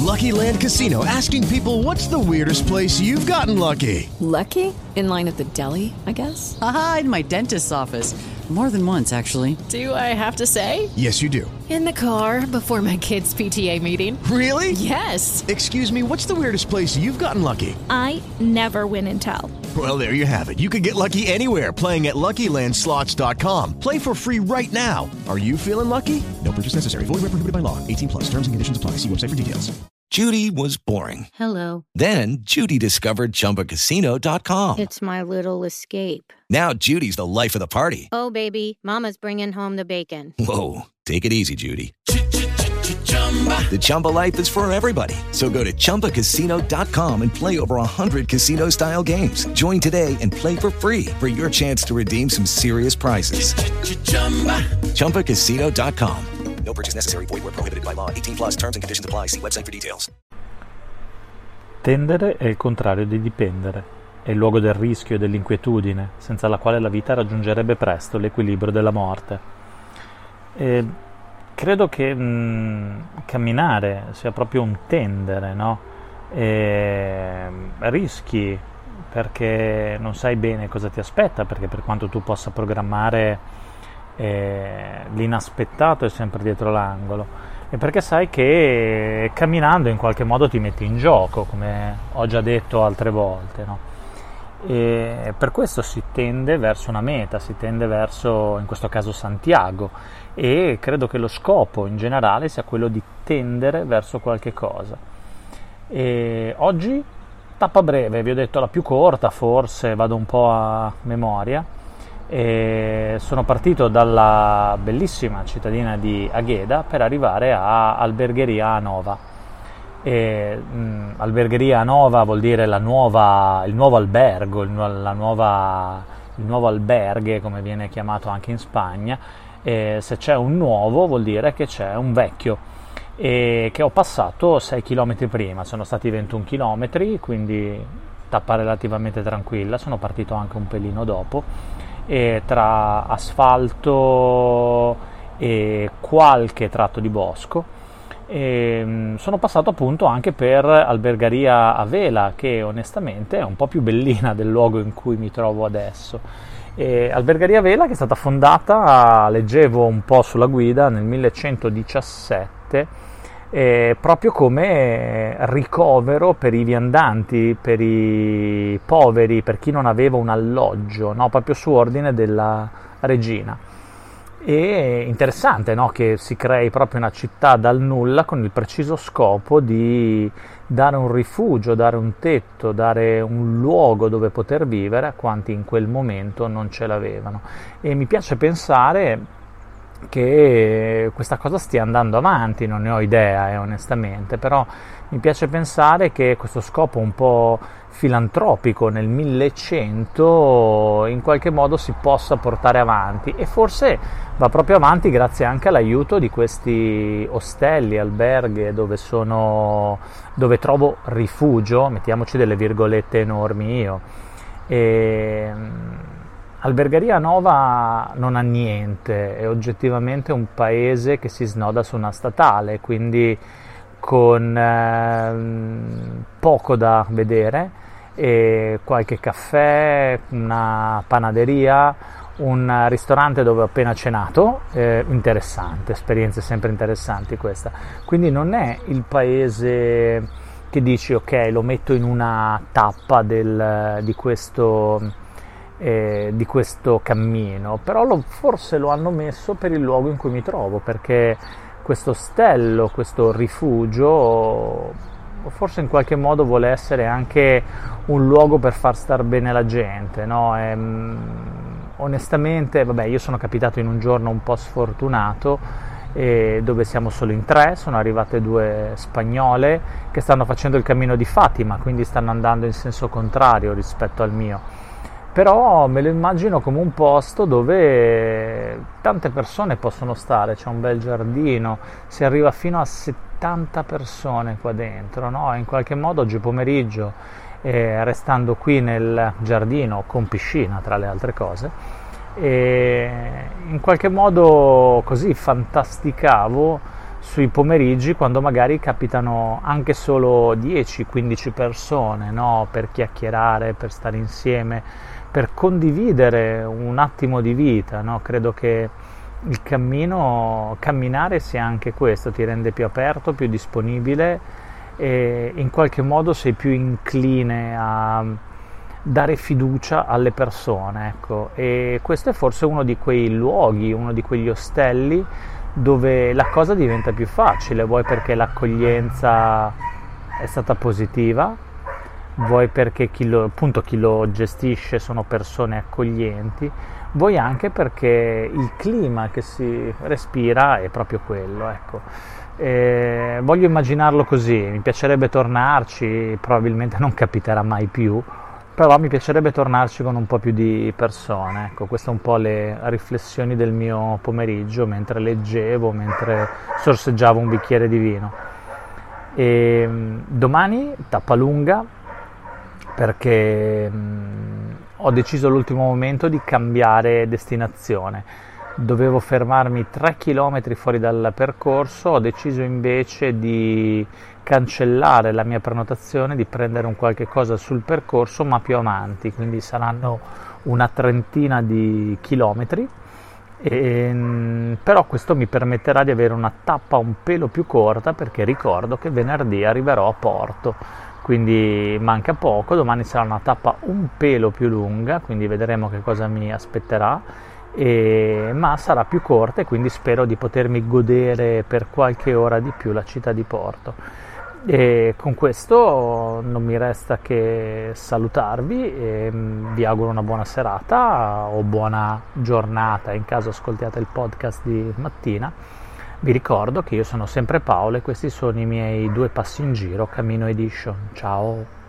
Lucky Land Casino, asking people, what's the weirdest place you've gotten lucky? Lucky? In line at the deli, I guess? Aha, in my dentist's office. More than once, actually. Do I have to say? Yes, you do. In the car before my kids' PTA meeting. Really? Yes. Excuse me, what's the weirdest place you've gotten lucky? I never win and tell. Well, there you have it. You can get lucky anywhere, playing at LuckyLandSlots.com. Play for free right now. Are you feeling lucky? No purchase necessary. Void where prohibited by law. 18 plus. Terms and conditions apply. See website for details. Judy was boring. Hello. Then Judy discovered ChumbaCasino.com. It's my little escape. Now Judy's the life of the party. Oh, baby, mama's bringing home the bacon. Whoa, take it easy, Judy. The Chumba life is for everybody. So go to ChumbaCasino.com and play over 100 casino-style games. Join today and play for free for your chance to redeem some serious prizes. ChumbaCasino.com. No purchase necessary. Void where prohibited by law. 18 plus. Terms and conditions apply. See website for details. Tendere è il contrario di dipendere. È il luogo del rischio e dell'inquietudine, senza la quale la vita raggiungerebbe presto l'equilibrio della morte. E credo che camminare sia proprio un tendere, no? Rischi perché non sai bene cosa ti aspetta, perché per quanto tu possa programmare, l'inaspettato è sempre dietro l'angolo, e perché sai che camminando in qualche modo ti metti in gioco, come ho già detto altre volte, no? E per questo si tende verso una meta, si tende verso, in questo caso, Santiago, e credo che lo scopo in generale sia quello di tendere verso qualche cosa. E oggi tappa breve, vi ho detto la più corta, forse vado un po' a memoria. E sono partito dalla bellissima cittadina di Agheda per arrivare a Albergheria Anova. Albergheria Anova vuol dire il nuovo albergo, il nuovo alberghe, come viene chiamato anche in Spagna. E se c'è un nuovo vuol dire che c'è un vecchio, e che ho passato 6 km prima. Sono stati 21 km, quindi tappa relativamente tranquilla. Sono partito anche un pelino dopo, e tra asfalto e qualche tratto di bosco, e sono passato appunto anche per Albergheria Avela, che onestamente è un po' più bellina del luogo in cui mi trovo adesso. Albergheria Avela, che è stata fondata, leggevo un po' sulla guida, nel 1117, proprio come ricovero per i viandanti, per i poveri, per chi non aveva un alloggio, no? Proprio su ordine della regina. E interessante, no? Che si crei proprio una città dal nulla con il preciso scopo di dare un rifugio, dare un tetto, dare un luogo dove poter vivere a quanti in quel momento non ce l'avevano. E mi piace pensare che questa cosa stia andando avanti, non ne ho idea, onestamente, però mi piace pensare che questo scopo un po' filantropico nel 1100 in qualche modo si possa portare avanti, e forse va proprio avanti grazie anche all'aiuto di questi ostelli, alberghe dove trovo rifugio, mettiamoci delle virgolette enormi io. Albergheria Nova non ha niente, è oggettivamente un paese che si snoda su una statale, quindi con poco da vedere, e qualche caffè, una panaderia, un ristorante dove ho appena cenato, interessante, esperienze sempre interessanti questa. Quindi non è il paese che dici ok, lo metto in una tappa di questo cammino, però forse lo hanno messo per il luogo in cui mi trovo, perché questo ostello, questo rifugio, forse in qualche modo vuole essere anche un luogo per far star bene la gente, no? Onestamente, io sono capitato in un giorno un po' sfortunato, dove siamo solo in 3, sono arrivate 2 spagnole che stanno facendo il cammino di Fatima, quindi stanno andando in senso contrario rispetto al mio. Però me lo immagino come un posto dove tante persone possono stare, c'è un bel giardino, si arriva fino a 70 persone qua dentro, no? In qualche modo oggi pomeriggio, restando qui nel giardino con piscina tra le altre cose, e in qualche modo così fantasticavo sui pomeriggi, quando magari capitano anche solo 10-15 persone, no? Per chiacchierare, per stare insieme, per condividere un attimo di vita, no? Credo che il camminare sia anche questo, ti rende più aperto, più disponibile e in qualche modo sei più incline a dare fiducia alle persone, ecco. E questo è forse uno di quei luoghi, uno di quegli ostelli dove la cosa diventa più facile, vuoi perché l'accoglienza è stata positiva, vuoi perché chi lo gestisce sono persone accoglienti, vuoi anche perché il clima che si respira è proprio quello, ecco. Voglio immaginarlo così, mi piacerebbe tornarci, probabilmente non capiterà mai più, però mi piacerebbe tornarci con un po' più di persone, ecco. Queste un po' le riflessioni del mio pomeriggio mentre leggevo, mentre sorseggiavo un bicchiere di vino. E domani tappa lunga, perché ho deciso all'ultimo momento di cambiare destinazione. Dovevo fermarmi 3 km fuori dal percorso, ho deciso invece di cancellare la mia prenotazione, di prendere un qualche cosa sul percorso ma più avanti, quindi saranno una trentina di chilometri, però questo mi permetterà di avere una tappa un pelo più corta, perché ricordo che venerdì arriverò a Porto, quindi manca poco. Domani sarà una tappa un pelo più lunga, quindi vedremo che cosa mi aspetterà, ma sarà più corta e quindi spero di potermi godere per qualche ora di più la città di Porto. E con questo non mi resta che salutarvi e vi auguro una buona serata o buona giornata in caso ascoltiate il podcast di mattina. Vi ricordo che io sono sempre Paolo e questi sono i miei 2 passi in giro Camino Edition. Ciao!